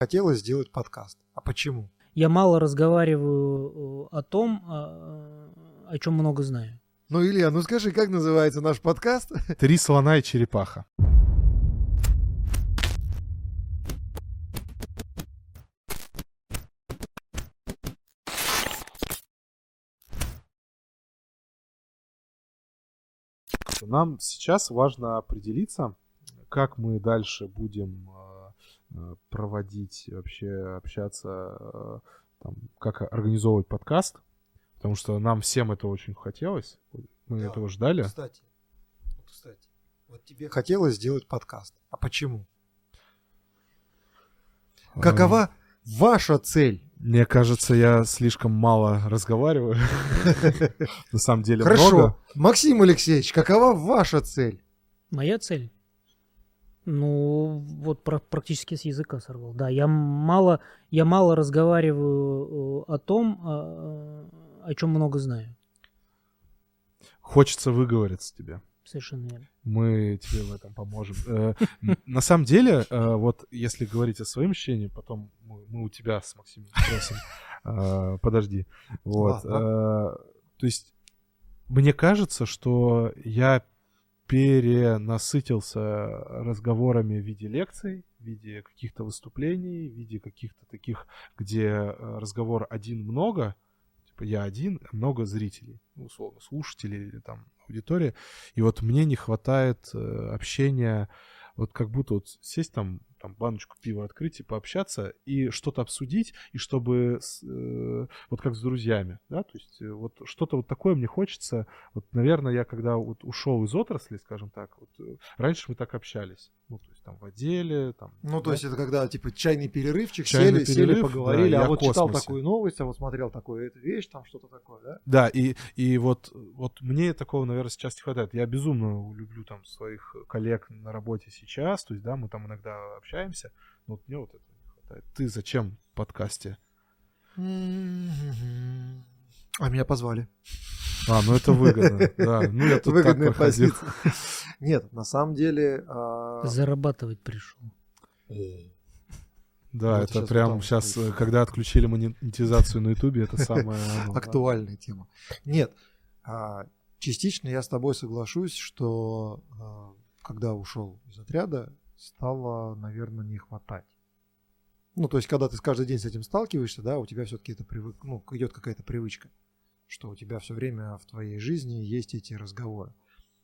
хотелось сделать подкаст. А почему? Я мало разговариваю о том, о чем много знаю. Ну, Илья, ну скажи, как называется наш подкаст? «Три слона и черепаха». Нам сейчас важно определиться, как мы дальше будем проводить, вообще общаться, там, как организовывать подкаст, потому что нам всем это очень хотелось, мы этого ждали. Кстати, вот тебе хотелось сделать подкаст. А почему? Какова ваша цель? Мне кажется, я слишком мало разговариваю. На самом деле Хорошо. много. Максим Алексеевич, какова ваша цель? Моя цель? Ну, вот практически с языка сорвал. Да, я мало разговариваю о том, о чем много знаю. Хочется выговориться тебе. Совершенно верно. Мы тебе в этом поможем. На самом деле, вот если говорить о своем ощущении, потом мы у тебя с Максимом спросим. Подожди. Вот. То есть мне кажется, что я перенасытился разговорами в виде лекций, в виде каких-то выступлений, в виде каких-то таких, где разговор один-много, типа я один, а много зрителей, условно, слушателей или там аудитория. И вот мне не хватает общения, вот как будто вот сесть там баночку пива открыть и пообщаться, и что-то обсудить, и чтобы вот как с друзьями, да, то есть вот что-то вот такое мне хочется. Вот, наверное, я когда вот ушел из отрасли, скажем так, вот, раньше мы так общались, ну, то есть там в отделе, там. Ну, да? то есть это когда, типа, чайный перерывчик, Чайный сели, перерыв, поговорили, да, а вот читал космосе. такую новость, а вот смотрел такую эту вещь, там что-то такое, да? Да, и вот мне такого, наверное, сейчас не хватает. Я безумно люблю там своих коллег на работе сейчас, то есть, да, мы там иногда общаемся, но вот мне вот этого не хватает. Ты зачем в подкасте? А меня позвали. Ну это выгодно, да. Ну я тут так проходил. Нет, на самом деле... Зарабатывать пришел. Да, Вот это прям сейчас, когда отключили монетизацию на Ютубе, это самая актуальная тема. Нет, частично я с тобой соглашусь, что когда ушел из отряда, стало, наверное, не хватать. Ну, то есть, когда ты каждый день с этим сталкиваешься, да, у тебя все-таки это идет какая-то привычка, что у тебя все время в твоей жизни есть эти разговоры.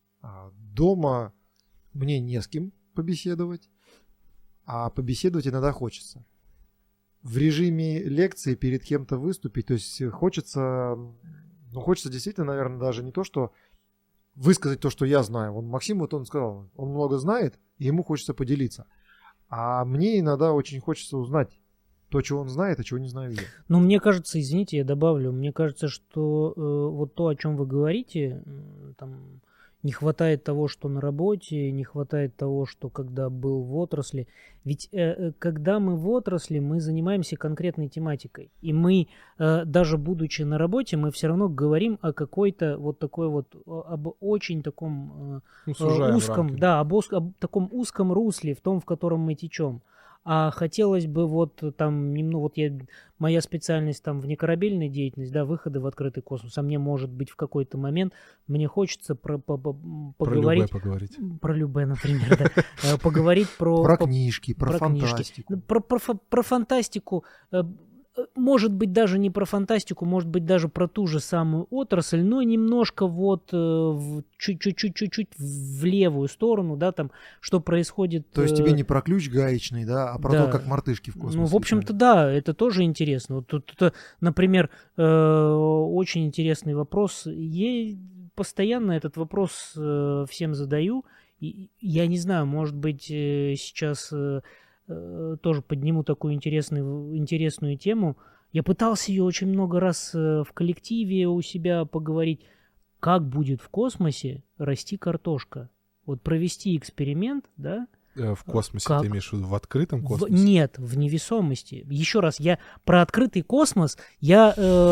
Дома мне не с кем побеседовать, а побеседовать иногда хочется. В режиме лекции перед кем-то выступить, то есть хочется действительно, наверное, даже не то, что высказать то, что я знаю. Максим, вот он сказал, он много знает, и ему хочется поделиться. А мне иногда очень хочется узнать то, чего он знает, а чего не знаю я. Ну, мне кажется, извините, я добавлю, мне кажется, что вот то, о чем вы говорите, там не хватает того, что на работе, не хватает того, что когда был в отрасли. Ведь когда мы в отрасли, мы занимаемся конкретной тематикой. И мы, даже будучи на работе, мы все равно говорим о какой-то вот такой вот, об очень таком узком, рамки. да, об таком узком русле, в том, в котором мы течем. А хотелось бы вот там, ну вот моя специальность там внекорабельная деятельность, да, выходы в открытый космос, а мне может быть в какой-то момент, мне хочется поговорить. Про Любэ, например, да. Поговорить про книжки, про фантастику. Про фантастику. Может быть, даже не про фантастику, может быть, даже про ту же самую отрасль, но немножко вот чуть-чуть в левую сторону, да, там, что происходит. То есть тебе не про ключ гаечный, да, а про то, как мартышки в космосе. Ну, в общем-то, да, это тоже интересно. Вот тут, например, очень интересный вопрос. Я постоянно этот вопрос всем задаю. И я не знаю, может быть, сейчас... тоже подниму такую интересную тему. Я пытался ее очень много раз в коллективе у себя поговорить. Как будет в космосе расти картошка? Вот провести эксперимент, да, В космосе Как? ты имеешь в виду в открытом космосе? Нет, в невесомости. Еще раз, я про открытый космос я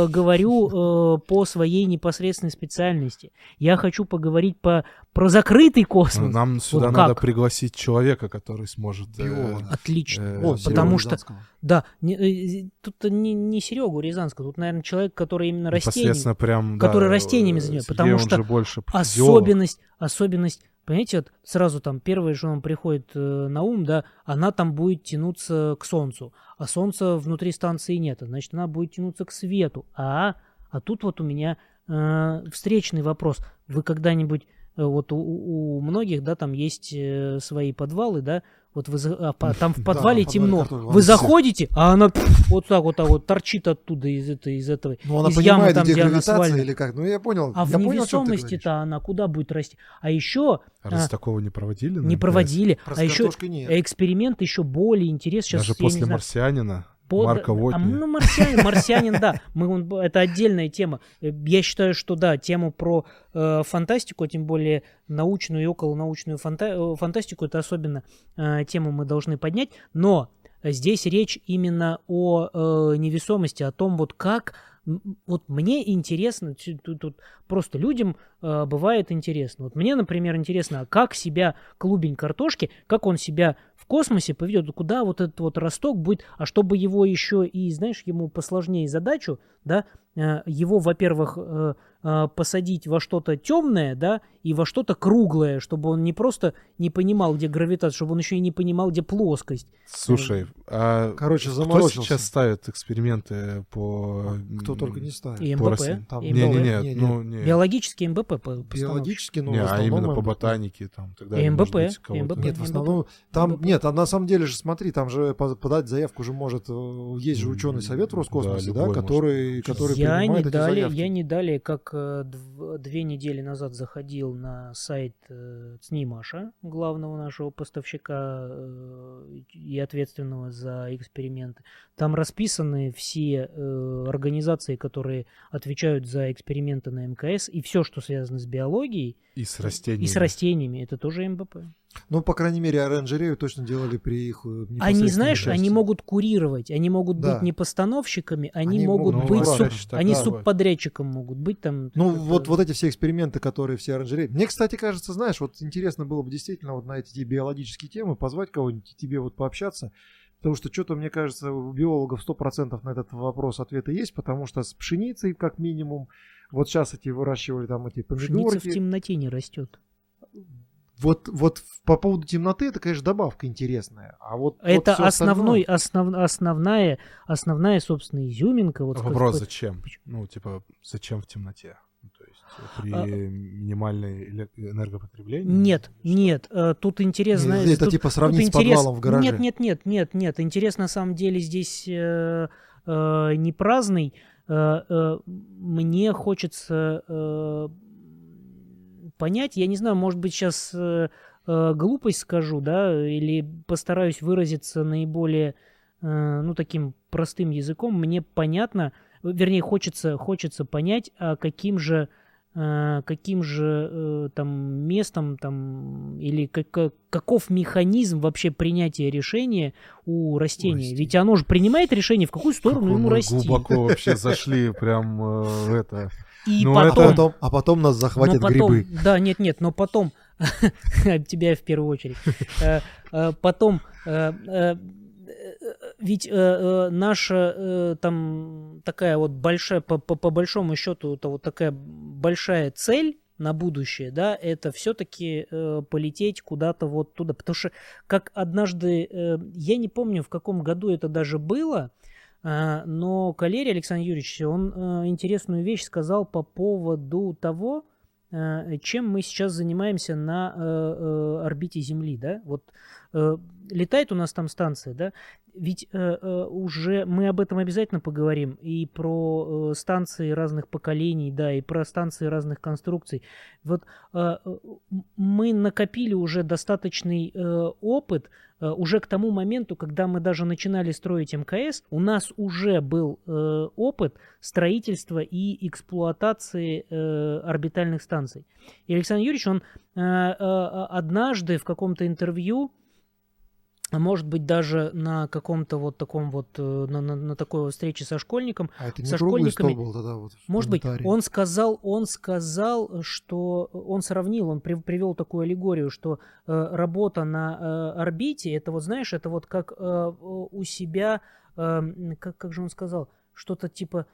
говорю по своей непосредственной специальности. Я хочу поговорить про закрытый космос. Нам сюда Вот надо как? пригласить человека, который сможет... Биолога. Отлично. О, потому Серёгу что, Рязанского. да, тут не Серегу Рязанского, тут, наверное, человек, который именно растениями, непосредственно прям... который да, растениями занимается, Сергей, потому он что же больше физиолог. особенность, понимаете, вот сразу там первое, что нам приходит на ум, да, она там будет тянуться к Солнцу, а Солнца внутри станции нет, значит, она будет тянуться к свету. А тут вот у меня встречный вопрос. Вы когда-нибудь, вот у многих, да, там есть свои подвалы, да, вот там в подвале Да, темно, который вы вообще. заходите, а она вот так вот торчит оттуда из этого, Ну, она из ямы понимает, там, где где она гравитация свалена. или как? Ну, я понял. А я в понял, о чем ты невесомости-то она куда будет расти? А еще Раз такого не проводили? на не МКС? проводили, Про а еще картошкой нет. эксперимент еще более интересный. Сейчас Даже я не после знаю. «Марсианина», Марка Уотни. Ну, марсианин, да. Это отдельная тема. Я считаю, что да, тему про фантастику, тем более научную и околонаучную фантастику, это особенно тему мы должны поднять. Но здесь речь именно о невесомости, о том, вот как... Вот мне интересно, тут просто людям бывает интересно. Вот мне, например, интересно, как себя клубень картошки, как он себя в космосе поведет, куда вот этот вот росток будет, а чтобы его еще и, знаешь, ему посложнее задачу, да, его, во-первых, посадить во что-то темное, да, и во что-то круглое, чтобы он не просто не понимал, где гравитация, чтобы он еще и не понимал, где плоскость. Слушай, Короче, кто заморочился. сейчас ставит эксперименты по... Кто только не ставит. И по МБП. растениям? Там и Не-не-не, Не-не. ну не. Биологический МБП. Биологически, но Не, в а основном именно по МБП. ботанике там и так И далее. МБП, может быть, и кого-то. МБП. Нет, в основном там МБП. нет, а на самом деле же смотри, там же подать заявку же может, есть же ученый совет в Роскосмосе, Да, да, любой который Я принимает эти заявки. не далее, как 2 недели назад заходил на сайт ЦНИИ-Маша, главного нашего поставщика и ответственного за эксперименты. Там расписаны все организации, которые отвечают за эксперименты на МКС, и все, что связано с биологией И с растениями. и с растениями, это тоже МБП. Ну, по крайней мере, оранжерею точно делали при их непосредственном Они, знаешь, участии. они могут курировать, они могут Да. быть не постановщиками, они Они могут могут быть, быть чаще так они и бывает. субподрядчиком могут быть там. Ну, это- вот эти все эксперименты, которые все оранжереи. Мне, кстати, кажется, знаешь, вот интересно было бы действительно вот на эти биологические темы позвать кого-нибудь и тебе вот пообщаться. Потому что что-то, мне кажется, у биологов 100% на этот вопрос ответы есть, потому что с пшеницей, как минимум, вот сейчас эти выращивали там эти Пшеница в помидорки. темноте не растет. Вот по поводу темноты, это, конечно, добавка интересная. А вот Это вот всё остальное- основная, собственно, изюминка. Вот Вопрос, в- зачем? Ну, типа, зачем в темноте? Ну, то есть при А- минимальной энергопотреблении? Нет, Или что? нет. Тут интересно. Это тут- типа тут сравнить с подвалом в гараже. Нет. Интерес на самом деле здесь не праздный. Мне хочется понять, я не знаю, может быть, сейчас глупость скажу, да, или постараюсь выразиться наиболее, таким простым языком. Мне понятно, вернее, хочется понять, а каким же там местом там или каков механизм вообще принятия решения у растения. растений. Ведь оно же принимает решение, в какую сторону Как ему мы расти. глубоко вообще зашли прям в это. И Ну, потом, А потом нас захватят но потом, грибы. да, нет, но потом, тебя в первую очередь, потом, ведь наша там такая вот большая, по большому счету, это вот такая большая цель на будущее, да, это все-таки полететь куда-то вот туда, потому что как однажды, я не помню, в каком году это даже было, но Калерий Александр Юрьевич, он интересную вещь сказал по поводу того, чем мы сейчас занимаемся на орбите Земли, да, вот летает у нас там станция, да, ведь уже мы об этом обязательно поговорим, и про станции разных поколений, да, и про станции разных конструкций. Вот мы накопили уже достаточный опыт, уже к тому моменту, когда мы даже начинали строить МКС, у нас уже был опыт строительства и эксплуатации орбитальных станций. И Александр Юрьевич, он однажды в каком-то интервью может быть, даже на каком-то вот таком вот, на такой вот встрече со школьником. А это не со круглый школьниками, стол был тогда вот в может быть, планетарии? он сказал, что он сравнил, он привел такую аллегорию, что работа на орбите, это вот, знаешь, это вот как у себя, как же он сказал, что-то типа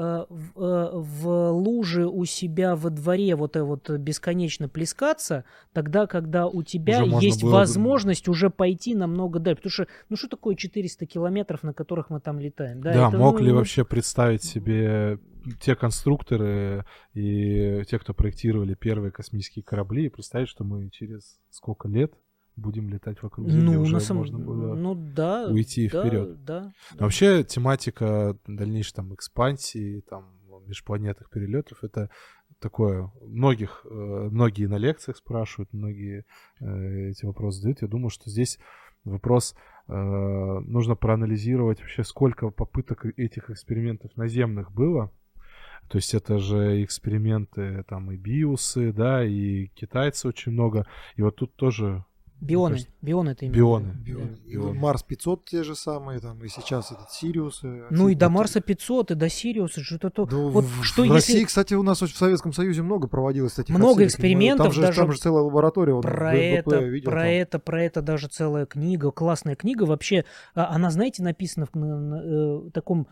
в луже у себя во дворе вот бесконечно плескаться, тогда, когда у тебя Уже можно есть было бы- возможность уже пойти намного дальше. Потому что, ну что такое 400 километров, на которых мы там летаем? Да, это, мог ли вообще представить себе те конструкторы и те, кто проектировали первые космические корабли, и представить, что мы через сколько лет будем летать вокруг Земли, уже можно было да, уйти да, вперед. да. Но вообще тематика дальнейшей там экспансии, там межпланетных перелетов, это такое, многие на лекциях спрашивают, многие эти вопросы задают. Я думаю, что здесь вопрос нужно проанализировать вообще, сколько попыток этих экспериментов наземных было. То есть это же эксперименты там и биусы, да, и китайцы очень много. И вот тут тоже... Бионы, кажется, бионы ты имеешь бионы. в виду? И Бионы. Марс 500 те же самые, там, и сейчас этот Сириус. Ну и до Марса 500, и до Сириуса, что-то то. Ну, Вот в что России, если кстати, у нас в Советском Союзе много проводилось таких много отсылок. экспериментов, Там же целая лаборатория. Вот, про ВМБП видел, про это даже целая книга, классная книга. Вообще, она, знаете, написана таком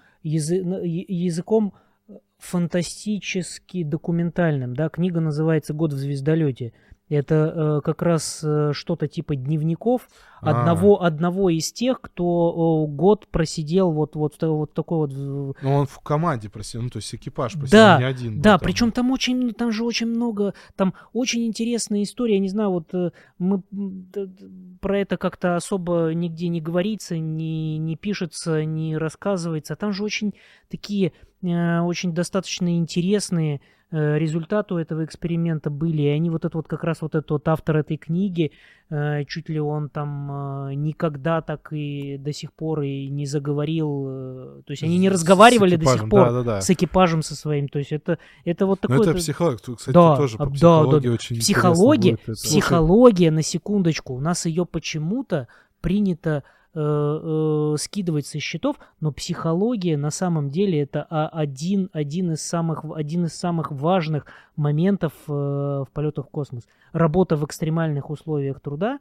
языком фантастически документальным, да, книга называется «Год в звездолете». Это как раз что-то типа дневников одного из тех, кто год просидел вот такой вот. Ну, он в команде просидел, ну, то есть экипаж просидел, Да, не один. да, был там. причем там же очень много, там очень интересная история. Я не знаю, вот мы про это как-то особо нигде не говорится, не пишется, не рассказывается. А там же очень такие, очень достаточно интересные результаты у этого эксперимента были. И они вот как раз этот автор этой книги, чуть ли он там никогда так и до сих пор и не заговорил. То есть они не разговаривали до сих пор с экипажем со своим. То есть это вот такой... Ну это психология, кстати, да, тоже по психологии очень психология, интересно будет. психология, на секундочку, у нас ее почему-то принято скидывать со счетов, но психология на самом деле это один из самых важных моментов в полетах в космос. Работа в экстремальных условиях труда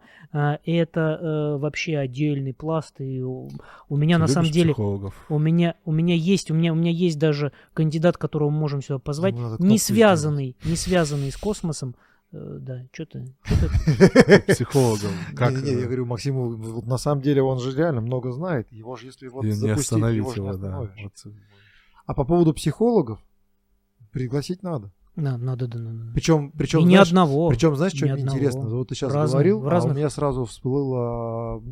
это вообще отдельный пласт. И у меня Ты на самом деле психологов? у меня есть даже кандидат, которого мы можем сюда позвать, Ну, не связанный с космосом. Да, что-то. Психологом. Как? Не, я говорю, Максиму, вот на самом деле он же реально много знает. Его же, если вот Не запустить, остановить его же не его, да. остановишь. А по поводу психологов, пригласить надо. Надо. Причем, И ни одного. Причем, знаешь, что Ни одного. интересно? Вот ты сейчас Разных, говорил, в а разных. у меня сразу всплыло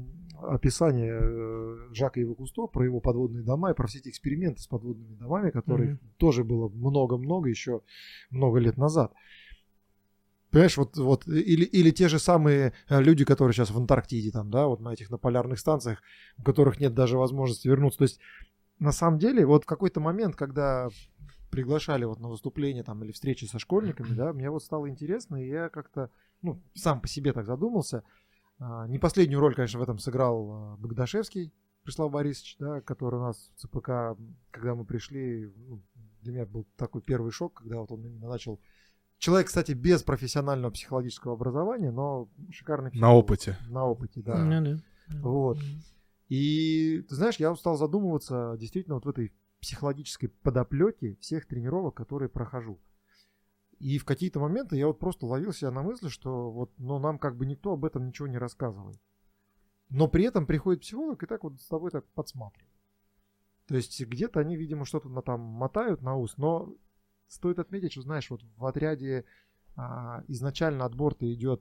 описание Жака Ива Кусто про его подводные дома и про все эти эксперименты с подводными домами, которых тоже было много-много еще много лет назад. Понимаешь, вот или те же самые люди, которые сейчас в Антарктиде, там, да, вот на этих на полярных станциях, у которых нет даже возможности вернуться. То есть, на самом деле, вот в какой-то момент, когда приглашали вот на выступление там или встречи со школьниками, да, мне вот стало интересно, и я как-то, ну, сам по себе так задумался. Не последнюю роль, конечно, в этом сыграл Богдашевский Преслав Борисович, да, который у нас в ЦПК, когда мы пришли, ну, для меня был такой первый шок, когда вот он именно начал. Человек, кстати, без профессионального психологического образования, но шикарный психолог. На опыте. На опыте, да. Да. Вот. И, ты знаешь, я стал задумываться действительно вот в этой психологической подоплеке всех тренировок, которые прохожу. И в какие-то моменты я вот просто ловил себя на мысли, что вот, ну, нам как бы никто об этом ничего не рассказывает. Но при этом приходит психолог и так вот с тобой так подсматривает. То есть где-то они, видимо, что-то там мотают на ус, но стоит отметить, что, знаешь, вот в отряде изначально отбор-то идет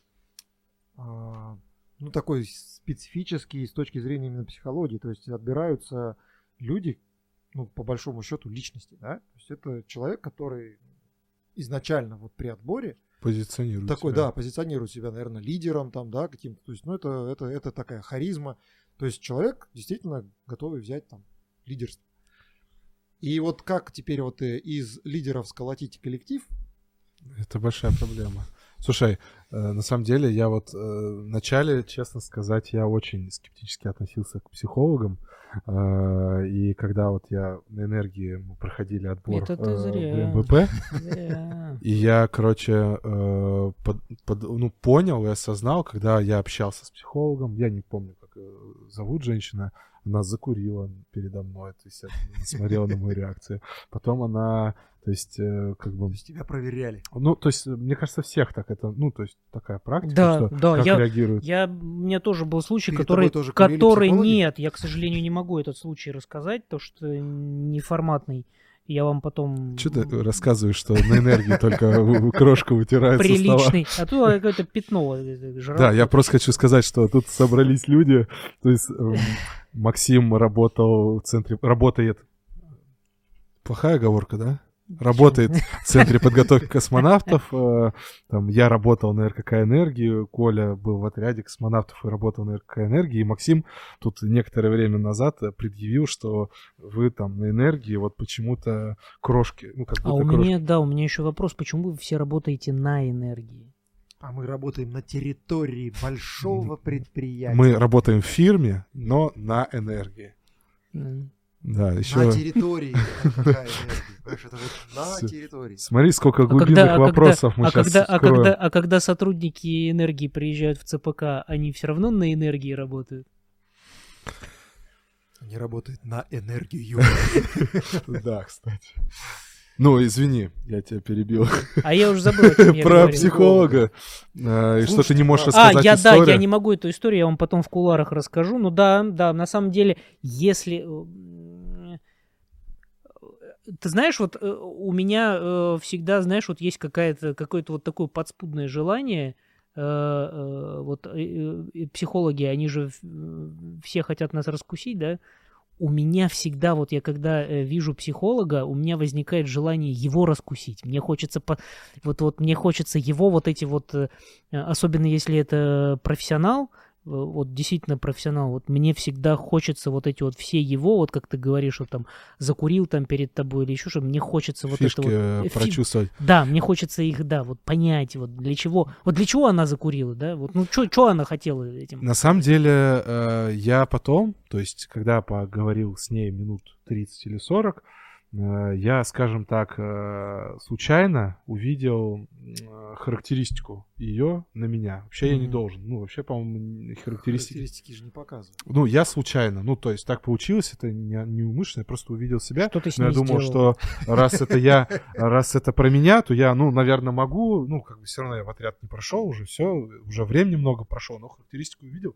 ну, такой специфический с точки зрения именно психологии. То есть отбираются люди, ну, по большому счету, личности, да? То есть это человек, который изначально вот при отборе позиционирует такой, себя. да, позиционирует себя, наверное, лидером там, да, каким-то. То есть, ну, это такая харизма. То есть человек действительно готовый взять там лидерство. И вот как теперь вот из лидеров сколотить коллектив? Это большая проблема. Слушай, на самом деле, я вот вначале, честно сказать, я очень скептически относился к психологам. И когда вот я на энергии мы проходили отбор Это ты зря. в МВП, Зря. и я, короче, понял и осознал, когда я общался с психологом, я не помню, как зовут женщина, она закурила передо мной, то есть не смотрела на мою реакцию. Потом она, то есть, как бы... То есть тебя проверяли. Ну, то есть, мне кажется, всех так это, ну, то есть, такая практика, Да, что да, как я- реагируют. У меня тоже был случай, Перед тобой который тоже курили психологи? нет, я, к сожалению, не могу этот случай рассказать, потому что неформатный. Я вам потом Что ты рассказываешь, что на энергии только крошка вытирает со стола? приличный, а то какое-то пятно. Да, я просто хочу сказать, что тут собрались люди, то есть Максим работал в центре, работает, плохая оговорка, да? Работает в центре подготовки космонавтов, там я работал на РКК «Энергии», Коля был в отряде космонавтов и работал на РКК «Энергии», и Максим тут некоторое время назад предъявил, что вы там на энергии вот почему-то крошки, ну как А будто у крошки. меня еще вопрос, почему вы все работаете на энергии? А мы работаем на территории большого предприятия. Мы работаем в фирме, но на энергии. М. Да, На еще... территории. Какая энергия? Понимаешь, это вот на Всё. территории. Смотри, сколько глубинных вопросов мы сейчас вскроем. когда сотрудники энергии приезжают в ЦПК, они все равно на энергии работают? Они работают на энергию. Да, кстати. Ну, извини, я тебя перебил. А я уже забыл, о чем я Про говорил. психолога. И что ты не можешь А, рассказать я историю. не могу эту историю, я вам потом в кулуарах расскажу. Ну да, на самом деле, если... Ты знаешь, вот у меня всегда, знаешь, вот есть какое-то вот такое подспудное желание. Психологи, они же все хотят нас раскусить, да? У меня всегда, вот я когда вижу психолога, у меня возникает желание его раскусить. Мне хочется, мне хочется его вот эти вот, особенно если это профессионал, вот действительно профессионал, вот мне всегда хочется вот эти вот все его, вот как ты говоришь, вот там закурил там перед тобой или еще что, мне хочется вот Фишки это вот... прочувствовать. Да, мне хочется их, да, вот понять, вот для чего она закурила, да, вот, ну, что она хотела этим? На самом деле, я потом, то есть, когда поговорил с ней минут 30 или 40, я, скажем так, случайно увидел характеристику ее на меня. Вообще я не должен. Ну, вообще, по-моему, Характеристики же не показывают. Ну, я случайно. Ну, то есть так получилось, это не умышленно, я просто увидел себя. Что ты с Но я ней думал, сделал? что раз это про меня, то я, ну, наверное, могу. Ну, как бы все равно я в отряд не прошел уже, все, уже времени много прошло, но характеристику увидел.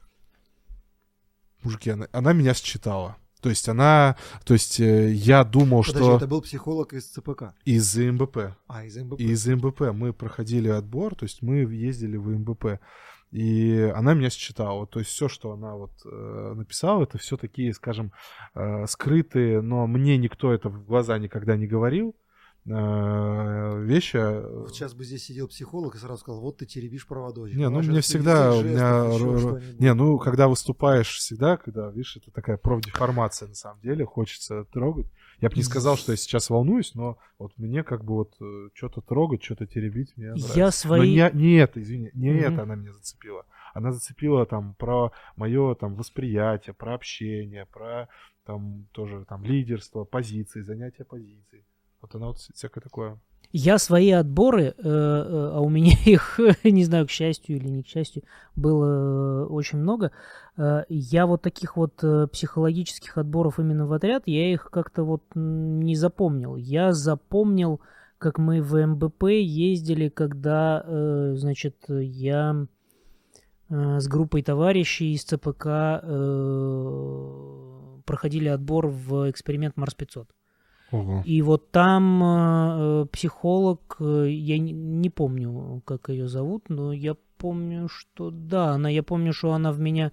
Мужики, она меня считала. То есть я думал, Подожди, что... это был психолог из ЦПК. Из МБП. Из МБП. Из МБП мы проходили отбор, то есть мы ездили в МБП. И она меня считала. То есть все, что она вот написала, это все такие, скажем, скрытые, но мне никто это в глаза никогда не говорил. Вещи. Вот сейчас бы здесь сидел психолог и сразу сказал, вот ты теребишь проводочек. Не, ну Понимаешь, мне это всегда, язык у меня, жестов, еще что-нибудь. не, ну когда выступаешь всегда, когда, видишь, это такая профдеформация на самом деле, хочется трогать. Я бы не сказал, что я сейчас волнуюсь, но вот мне как бы вот что-то трогать, что-то теребить мне нравится. Но не это, извини, это она меня зацепила. Она зацепила там про мое там восприятие, про общение, про там тоже там лидерство, позиции, занятие позиций. Вот она вот всякое такое. Я свои отборы, а у меня их, не знаю, к счастью или не к счастью, было очень много. Я вот таких вот психологических отборов именно в отряд, я их как-то вот не запомнил. Я запомнил, как мы в МБП ездили, когда, значит, я с группой товарищей из ЦПК проходили отбор в эксперимент Марс 500. Ого. И вот там психолог, я не помню, как ее зовут, но я помню, что да, я помню, что она в меня...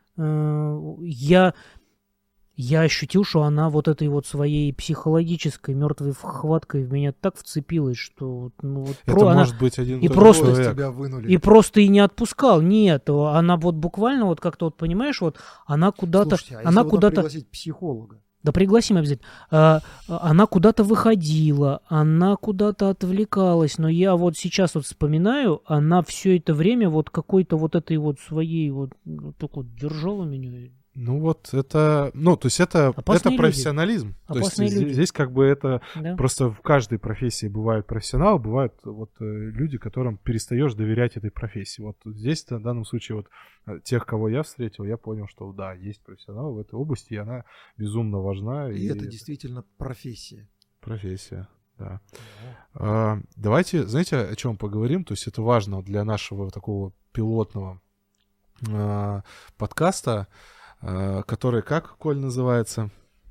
Я ощутил, что она вот этой вот своей психологической мертвой хваткой в меня так вцепилась, что... Ну, вот это может быть один и только просто человек. Тебя вынули. И просто и не отпускал. Нет, она вот буквально вот как-то вот, понимаешь, вот она куда-то... Слушайте, а она если куда-то... пригласить психолога? Да пригласим обязательно. Она куда-то выходила, она куда-то отвлекалась, но я вот сейчас вот вспоминаю, она все это время вот какой-то вот этой вот своей вот так вот держала меня. Ну вот это, ну то есть это Опасные профессионализм. люди. То есть Опасные люди. здесь как бы это Да. просто в каждой профессии бывают профессионалы, бывают вот люди, которым перестаешь доверять этой профессии. Вот здесь в данном случае вот тех, кого я встретил, я понял, что да, есть профессионалы в этой области, и она безумно важна. И это действительно профессия. Профессия, да. Давайте, знаете, о чем поговорим? То есть это важно для нашего такого пилотного подкаста, который, как, Коль, называется?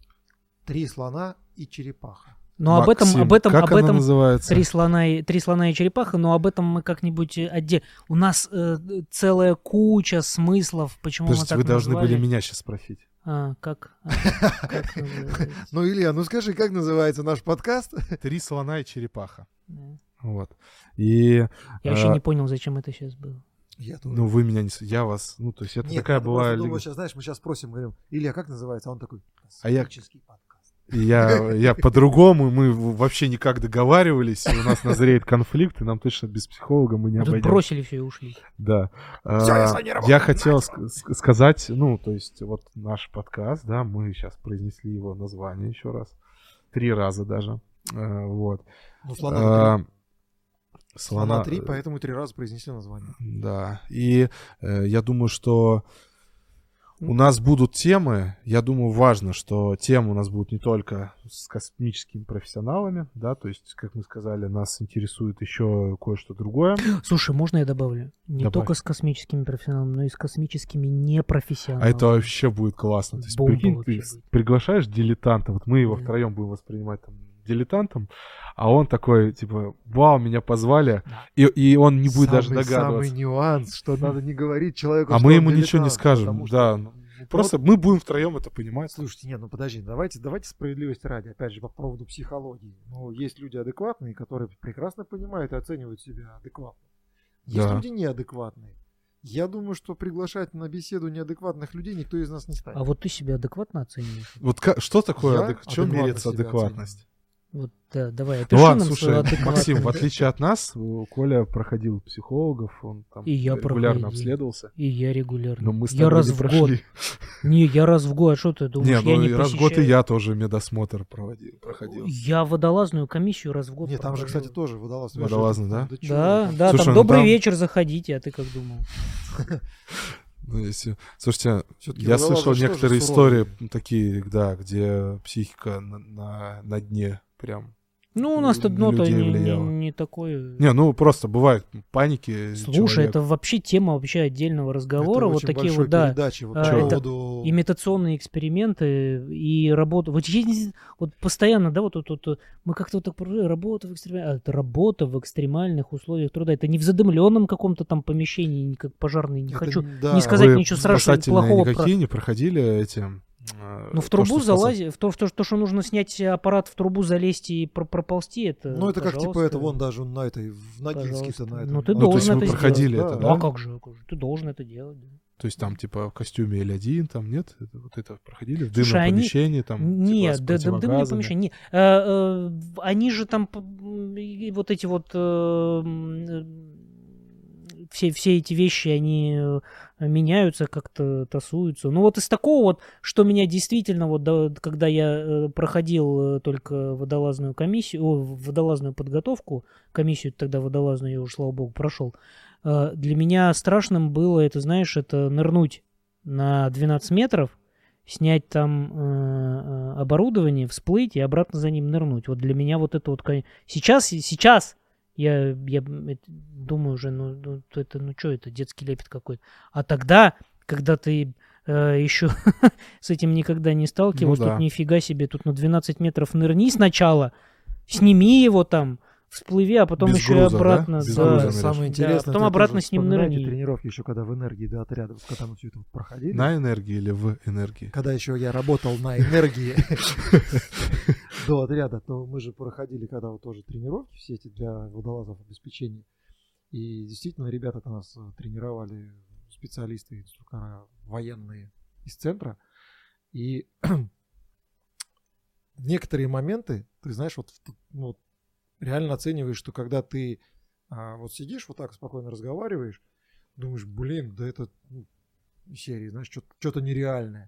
3 слона и черепаха. Но Максим, об этом называется? три слона и черепаха, но об этом мы как-нибудь отдельно. У нас целая куча смыслов, почему Подождите, мы так вы должны назвали. были меня сейчас спросить. Как называется? Ну, Илья, ну скажи, как называется наш подкаст? 3 слона и черепаха. Да. Вот. И, Я еще не понял, зачем это сейчас было. Я тоже. ну, вы меня не... Я вас... Ну, то есть это Нет, такая я была... просто думаю, сейчас, знаешь, мы сейчас спросим, говорим, Илья, как называется? А он такой, А я- космический подкаст. И я по-другому, мы вообще никак договаривались, и у нас назреет конфликт, и нам точно без психолога мы не Тут обойдем. бросили все и ушли. Да. Всё, я с вами не работаю, Я хотел сказать, ну, то есть вот наш подкаст, да, мы сейчас произнесли его название еще раз. 3 раза даже. Вот. Ну, слона 3. Слона Слона 3, поэтому 3 раза произнесли название. Да. И я думаю, что у нас будут темы, я думаю, важно, что темы у нас будут не только с космическими профессионалами, да, то есть, как мы сказали, нас интересует еще кое-что другое. Слушай, можно я добавлю? Не Добавь. только с космическими профессионалами, но и с космическими непрофессионалами. А это вообще будет классно. То есть, Бомба прикинь, вообще ты будет. приглашаешь дилетанта, вот мы его Да. втроем будем воспринимать там дилетантом, а он такой, типа, вау, меня позвали, и он не будет даже догадываться. Самый нюанс, что надо не говорить человеку, А что мы он ему ничего не дилетант, скажем, потому что- да. Просто мы будем втроем это понимать. Слушайте, нет, ну подожди, давайте справедливости ради, опять же, по поводу психологии. Ну, есть люди адекватные, которые прекрасно понимают и оценивают себя адекватно. Есть Да. люди неадекватные. Я думаю, что приглашать на беседу неадекватных людей никто из нас не станет. А вот ты себя адекватно оцениваешь? Вот что такое, Я в чем адекватно меряется себя адекватность? Вот, да, давай, Ну опиши ладно, нам свою слушай, Максим, в адекватность. отличие от нас, Коля проходил психологов, он там И я регулярно проходил. обследовался. И я регулярно. Но мы с Я тобой раз не в прошли. год. Не, я раз в год. А что ты думаешь, Не, я ну не и раз в год и посещаю? я тоже медосмотр проходил. Я водолазную комиссию раз в год Нет, там же, прохожу. кстати, тоже водолаз. Водолазный, да? чё, Да, там- да, Слушай, там ну добрый там- вечер, заходите, а ты как думал? Ну, если... Слушайте, Всё-таки я водолазы слышал же тоже некоторые суровые. истории такие, да, где психика на дне прям. Ну, у нас На тут дно-то людей не, влияло. не такое. Не, ну просто бывает паники. Слушай, человек. это вообще тема вообще отдельного разговора. Это вот очень такие большой вот, да, передачи вот А, по это поводу... имитационные эксперименты и работа. Вот, вот постоянно, да, вот мы как-то вот так работа работа в экстремальных условиях труда. Это не в задымленном каком-то там помещении, не как пожарный. Не Это хочу да, не сказать Вы ничего страшного, спасательные плохого про. никакие не проходили эти... Ну, в то, трубу что спасать- залазить, то, что нужно снять аппарат в трубу, залезть и проползти, это. Ну, это как типа пожалуйста. это вон даже на этой, в Ногинске-то Пожалуйста. на этом. Ну, ты на- Ну, то есть должен вы это проходили сделать, это, да. да? А как же? Ты должен это делать. Да. То есть там типа в костюме L1 там нет? Вот это проходили? В Слушай, дымном они- помещении там? Нет, типа, с дымное противогазами? помещение. Они же там и вот эти вот все эти вещи, они меняются, как-то тасуются. Ну вот из такого вот, что меня действительно, вот когда я проходил только водолазную комиссию, водолазную подготовку, комиссию тогда водолазную я уже, слава богу, прошел, для меня страшным было, это, знаешь, это нырнуть на 12 метров, снять там оборудование, всплыть и обратно за ним нырнуть. Вот для меня вот это вот... Сейчас я думаю уже, ну что это, детский лепет какой-то. А тогда, когда ты еще с этим никогда не сталкивался, Ну да. тут нифига себе, тут на 12 метров нырни сначала, сними его там, всплыви, а потом Без еще груза, и обратно. да? Без да. груза Самое, ныряешь. самое интересное, потом это обратно тоже с ним вспоминайте нырни. тренировки еще когда в энергии до отряда, вот когда мы все это вот проходили. На энергии или в энергии? Когда еще я работал на энергии до отряда, то мы же проходили когда вот тоже тренировки все эти для водолазов обеспечения. И действительно ребята нас тренировали, специалисты, инструктора военные из центра. И некоторые моменты, ты знаешь, вот реально оцениваешь, что когда ты вот сидишь вот так спокойно разговариваешь, думаешь, блин, да это серии, знаешь, что-то нереальное.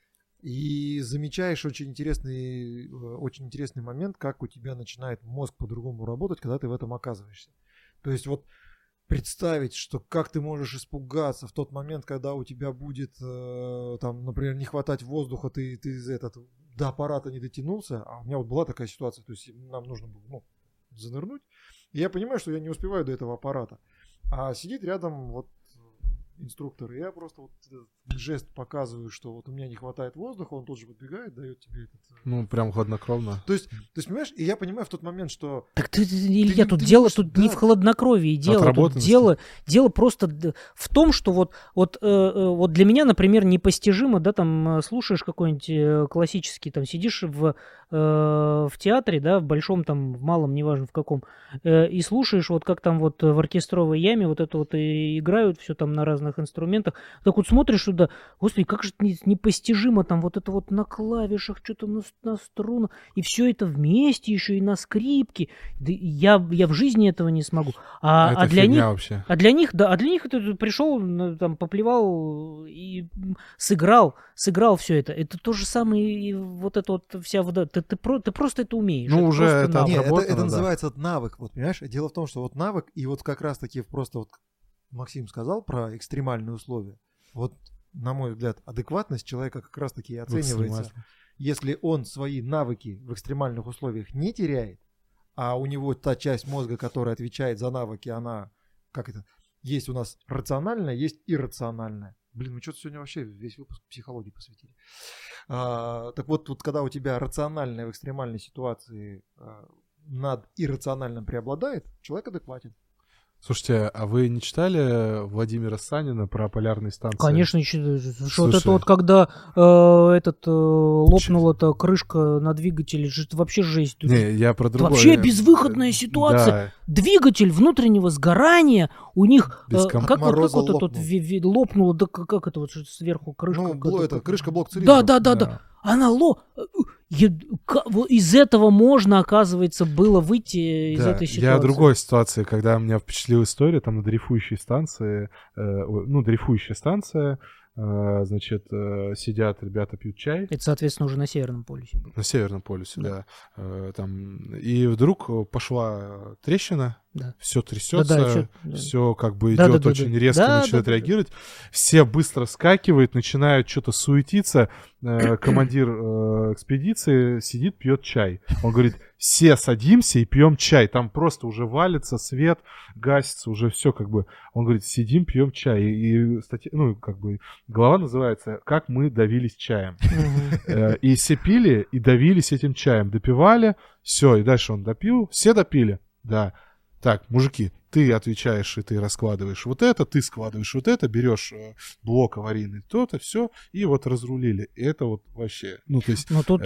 И замечаешь очень интересный момент, как у тебя начинает мозг по-другому работать, когда ты в этом оказываешься. То есть вот представить, что как ты можешь испугаться в тот момент, когда у тебя будет, там, например, не хватать воздуха, ты до аппарата не дотянулся, а у меня вот была такая ситуация, то есть нам нужно было занырнуть, и я понимаю, что я не успеваю до этого аппарата, а сидит рядом вот инструктор, и я просто вот этот жест показываю, что вот у меня не хватает воздуха, он тут же подбегает, дает тебе этот... Ну, прям хладнокровно. То есть, понимаешь, и я понимаю в тот момент, что... Так Илья, тут дело не в хладнокровии дело, тут дело просто в том, что вот для меня, например, непостижимо, да, там слушаешь какой-нибудь классический, там сидишь в театре, да, в большом, там, в малом, неважно в каком, и слушаешь, вот как там вот в оркестровой яме вот это вот и играют все там на разных инструментах, так вот смотришь туда, господи, как же непостижимо там вот это вот на клавишах, что-то на струнах, и все это вместе еще и на скрипке. Да я в жизни этого не смогу. Это для них, вообще. а для них это пришел, там, поплевал и сыграл все это. Это то же самое, и вот это вот вся вода. Ты просто это умеешь. Ну, это уже это отработано. Это называется навык, вот, понимаешь? Дело в том, что вот навык, и вот как раз-таки просто вот Максим сказал про экстремальные условия. Вот, на мой взгляд, адекватность человека как раз-таки и оценивается. Если он свои навыки в экстремальных условиях не теряет, а у него та часть мозга, которая отвечает за навыки, она, есть у нас рациональная, есть иррациональная. Блин, мы что-то сегодня вообще весь выпуск психологии посвятили. Так вот, когда у тебя рациональное в экстремальной ситуации над иррациональным преобладает, человек адекватен. Слушайте, а вы не читали Владимира Санина про полярные станции? Конечно, читаю. Вот это вот, когда лопнула-то крышка на двигателе, это вообще жесть. Не, я про другое. Вообще безвыходная ситуация. Да. Двигатель внутреннего сгорания у них, как вот лопнуло, да как это вот сверху крышка? Ну, крышка блок-цилиндра. Да. Она из этого можно, оказывается, было выйти из этой ситуации. Я о другой ситуации, когда меня впечатлила история, там на дрейфующей станции, дрейфующая станция, значит, сидят ребята, пьют чай. Это, соответственно, уже на Северном полюсе. На Северном полюсе, да. Там, и вдруг пошла трещина, все трясется, все как бы идет очень резко, начинает реагировать. Все быстро вскакивают, начинают что-то суетиться. Командир экспедиции сидит, пьет чай. Он говорит, все садимся и пьем чай. Там просто уже валится свет, гасится, уже все как бы. Он говорит, сидим, пьем чай. И статья, глава называется «Как мы давились чаем». И все пили и давились этим чаем. Допивали, все, и дальше он допил. Все допили? Да. Так, мужики, ты отвечаешь и ты раскладываешь вот это, ты складываешь вот это, берешь блок аварийный, то-то, все, и вот разрулили. И это вот вообще, то есть... Но тут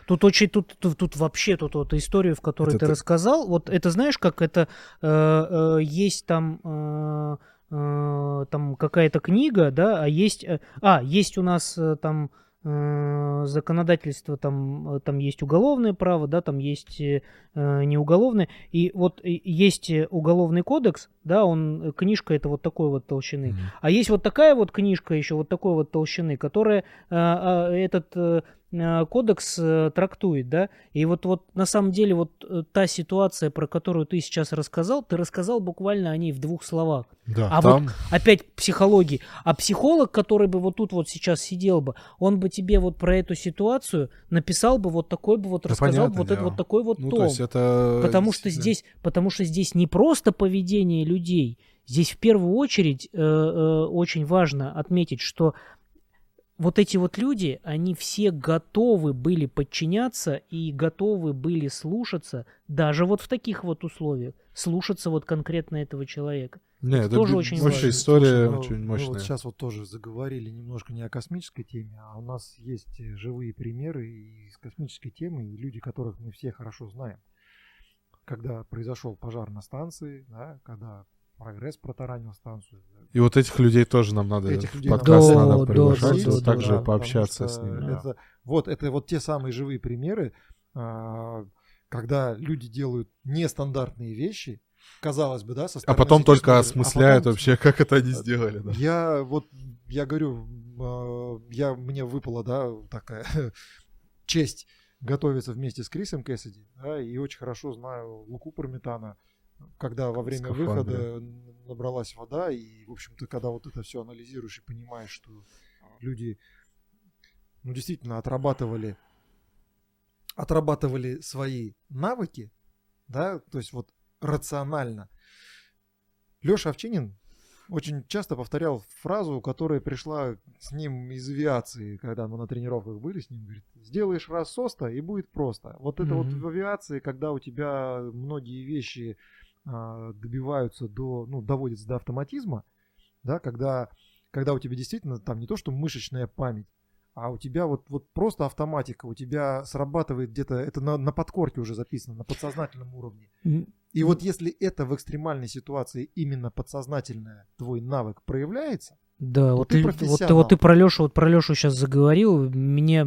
вообще вот историю, в которой ты рассказал, вот это знаешь, как это есть там какая-то книга, да, есть у нас там законодательство, там есть уголовное право, да, там есть неуголовное, и вот есть уголовный кодекс, да, книжка это вот такой вот толщины, а есть вот такая вот книжка еще вот такой вот толщины, которая этот кодекс трактует, да, и вот на самом деле вот та ситуация, про которую ты сейчас рассказал, ты рассказал буквально о ней в 2 словах. Да, а там... вот опять психологии. А психолог, который бы вот тут вот сейчас сидел бы, он бы тебе вот про эту ситуацию написал бы вот такой бы вот, рассказал бы вот такой вот том. То есть это... Потому что здесь не просто поведение людей, здесь в первую очередь очень важно отметить, что вот эти вот люди, они все готовы были подчиняться и готовы были слушаться, даже вот в таких вот условиях, слушаться вот конкретно этого человека. Нет, это тоже очень важно. Вообще история очень мощная. Мы вот сейчас вот тоже заговорили немножко не о космической теме, а у нас есть живые примеры из космической темы, и люди, которых мы все хорошо знаем. Когда произошел пожар на станции, да, когда Прогресс протаранил станцию. И вот этих людей тоже нам надо, подкаст надо приглашать, также пообщаться с ними. Это те самые живые примеры, когда люди делают нестандартные вещи, казалось бы, да, со А стороны потом сидишь, только смотришь, осмысляют потом вообще, как это они сделали. Да. я говорю, мне выпала, да, такая честь готовиться вместе с Крисом Кэссиди, да, и очень хорошо знаю Луку Пармитана, когда во время выхода набралась вода, и, в общем-то, когда вот это все анализируешь и понимаешь, что люди, ну, действительно отрабатывали свои навыки, да, то есть вот рационально. Леша Овчинин очень часто повторял фразу, которая пришла с ним из авиации, когда мы на тренировках были с ним, говорит, сделаешь раз соста и будет просто. Вот это вот в авиации, когда у тебя многие вещи добиваются доводятся до автоматизма, да, когда у тебя действительно там не то, что мышечная память, а у тебя вот просто автоматика, у тебя срабатывает где-то, это на подкорке уже записано, на подсознательном уровне. И вот если это в экстремальной ситуации именно подсознательное твой навык проявляется, да, вот ты профессионал. Вот ты про Лешу сейчас заговорил, мне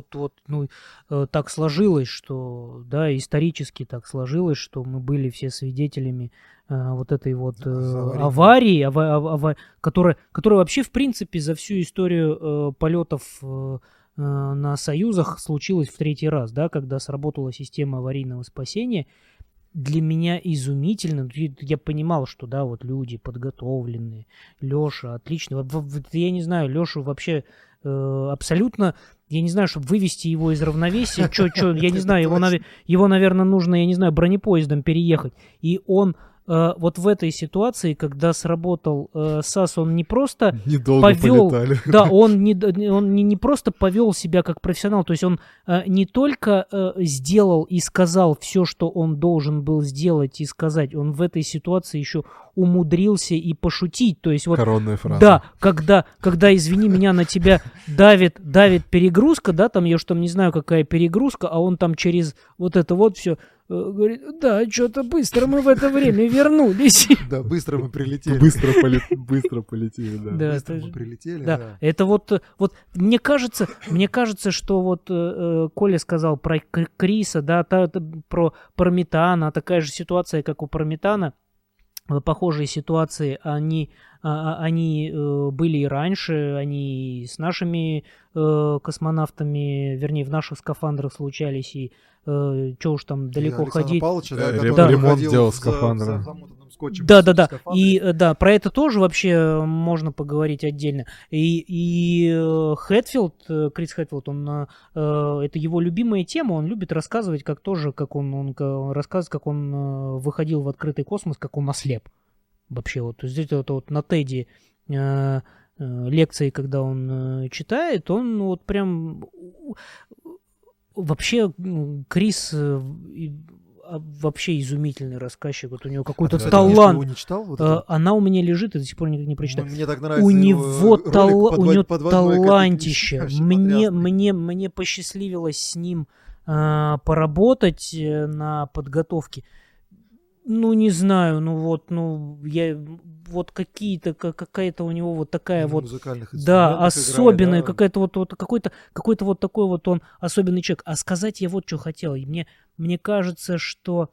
так сложилось, что, да, исторически так сложилось, что мы были все свидетелями вот этой вот аварии, которая вообще, в принципе, за всю историю полетов на Союзах случилась в 3-й раз, да, когда сработала система аварийного спасения. Для меня изумительно. Я понимал, что, да, вот люди подготовленные. Леша отлично. Я не знаю, Лешу вообще абсолютно, я не знаю, чтобы вывести его из равновесия, я не знаю, его, наверное, нужно, я не знаю, бронепоездом переехать. И он вот в этой ситуации, когда сработал САС, он не просто повел, да, он не просто повел себя как профессионал, то есть он не только сделал и сказал все, что он должен был сделать и сказать, он в этой ситуации еще умудрился и пошутить, то есть вот, коронная фраза. Да, когда, извини меня, на тебя давит перегрузка, да, там я уж там не знаю, какая перегрузка, а он там через вот это вот все говорит, да, что-то быстро мы в это время вернулись. Да, быстро мы прилетели. Быстро полетели, да. Да, быстро мы прилетели, да. Это вот мне кажется, что вот Коля сказал про Криса, да, про Пармитана, такая же ситуация, как у Пармитана. Похожие ситуации, они были и раньше, они и с нашими космонавтами, вернее, в наших скафандрах случались, и что уж там далеко Александра ходить. Павловича, да, ремонт делал скафандра. Да. И про это тоже вообще можно поговорить отдельно. И Хэтфилд, Крис Хэтфилд, это его любимая тема, он любит рассказывать, как он рассказывает, как он выходил в открытый космос, как он ослеп. Вообще, вот здесь вот на Теди лекции, когда он читает, он вот прям вообще Крис вообще изумительный рассказчик. Вот у него какой-то талант. Не читал, вот она у меня лежит, и до сих пор никак не прочитал. Мне так нравится у него талантище. Мне посчастливилось с ним поработать на подготовке. Ну, не знаю, какая-то у него вот такая вот, да, особенная, играет, да? какой-то вот такой вот он особенный человек. А сказать я вот что хотел. Мне кажется, что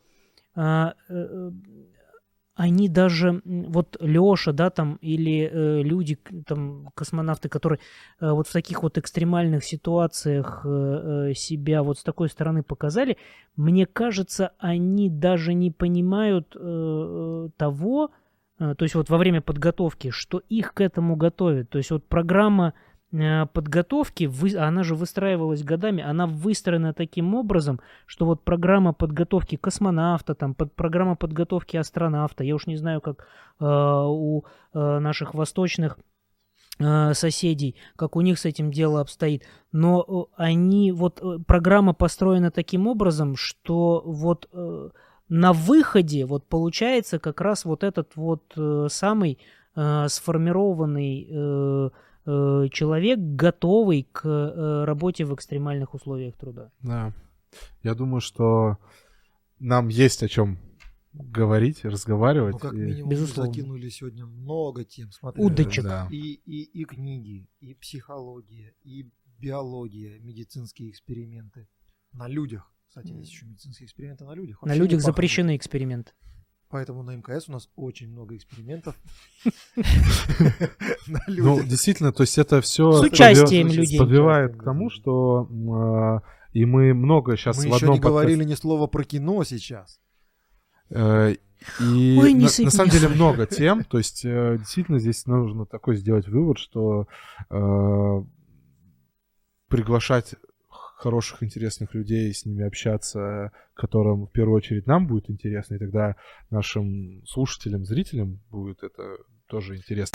они даже, вот Леша, да, там, или люди, там, космонавты, которые вот в таких вот экстремальных ситуациях себя вот с такой стороны показали, мне кажется, они даже не понимают того, то есть вот во время подготовки, что их к этому готовят. То есть вот программа подготовки, она же выстраивалась годами, она выстроена таким образом, что вот программа подготовки космонавта, там, программа подготовки астронавта, я уж не знаю, как у наших восточных соседей, как у них с этим дело обстоит, но программа построена таким образом, что вот на выходе вот получается как раз вот этот вот самый сформированный человек, готовый к работе в экстремальных условиях труда. Да. Я думаю, что нам есть о чем говорить, разговаривать. Как минимум, безусловно. закинули сегодня много тем. Смотри, удочек. Да. И книги, и психология, и биология, медицинские эксперименты на людях Кстати, есть еще медицинские эксперименты на людях. На Вообще людях не пахнут. запрещены эксперименты. Поэтому на МКС у нас очень много экспериментов. На Ну, людях. действительно, то есть это все С участием людей. подбивает к тому, что и мы много сейчас Мы в еще одном не говорили ни слова про кино сейчас. И Ой, не на сыпь, самом не деле сыпь. много тем, то есть действительно здесь нужно такой сделать вывод, что приглашать хороших, интересных людей, с ними общаться, которым в первую очередь нам будет интересно, и тогда нашим слушателям, зрителям будет это тоже интересно.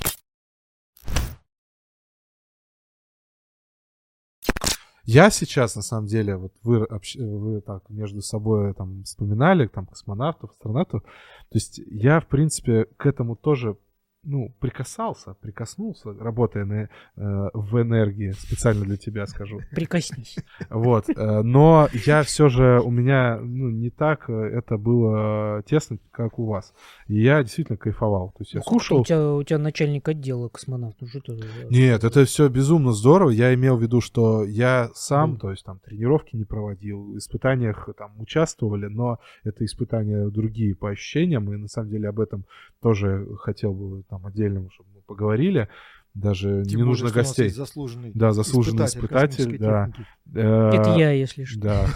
Я сейчас, на самом деле, вот вы так между собой там вспоминали, там, космонавтов, астронавтов, то есть я, в принципе, к этому тоже, ну, прикоснулся, работая в энергии, специально для тебя скажу. Прикоснись. Вот, но я все же, у меня, ну, не так это было тесно, как у вас. И я действительно кайфовал. То есть я слушал. У тебя начальник отдела космонавт. Ну, что ты... Нет, это все безумно здорово. Я имел в виду, что я сам, Да. то есть там тренировки не проводил, в испытаниях там участвовали, но это испытания другие по ощущениям, и на самом деле об этом тоже хотел бы там отдельно, чтобы мы поговорили. Даже Тем не более, нужно что у нас гостей. есть заслуженный Да, заслуженный испытатель, космической да. техники. Это я, если что. Да,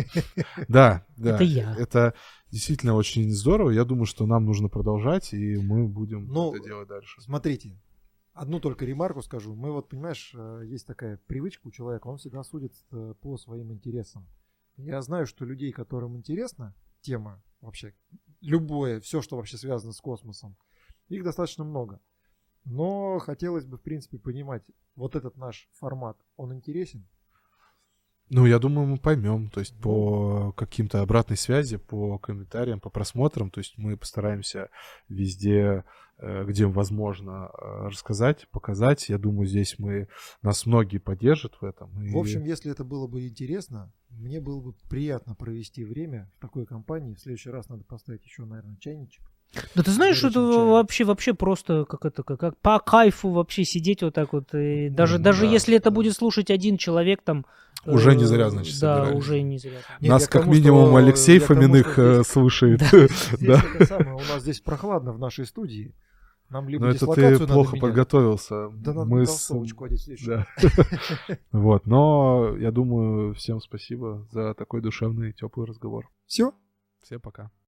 да, да. Это я. Это действительно очень здорово. Я думаю, что нам нужно продолжать, и мы будем Ну, это делать дальше. Смотрите, одну только ремарку скажу. Мы вот, понимаешь, есть такая привычка у человека, он всегда судит по своим интересам. Я знаю, что людей, которым интересна тема вообще, любое, все, что вообще связано с космосом, их достаточно много. Но хотелось бы, в принципе, понимать, вот этот наш формат, он интересен? Ну, я думаю, мы поймем, то есть по каким-то обратной связи, по комментариям, по просмотрам, то есть мы постараемся везде, где возможно, рассказать, показать. Я думаю, здесь нас многие поддержат в этом. В общем, если это было бы интересно, мне было бы приятно провести время в такой компании. В следующий раз надо поставить еще, наверное, чайничек. Да ты знаешь, что это Горячим вообще просто как по кайфу вообще сидеть вот так вот. И даже Да. если это будет слушать один человек там... Уже не зря, значит, Да, собирались. уже не зря. Нет, Нас я к как тому, минимум что- Алексей я к тому, Фоминых что здесь- слушает. Здесь Да. это самое, у нас здесь прохладно в нашей студии. Нам либо Но это ты дислокацию надо плохо менять. подготовился. Да надо Мы толстовочку одеть в следующий Да. раз. Вот, но я думаю, всем спасибо за такой душевный, теплый разговор. Все? Всем пока.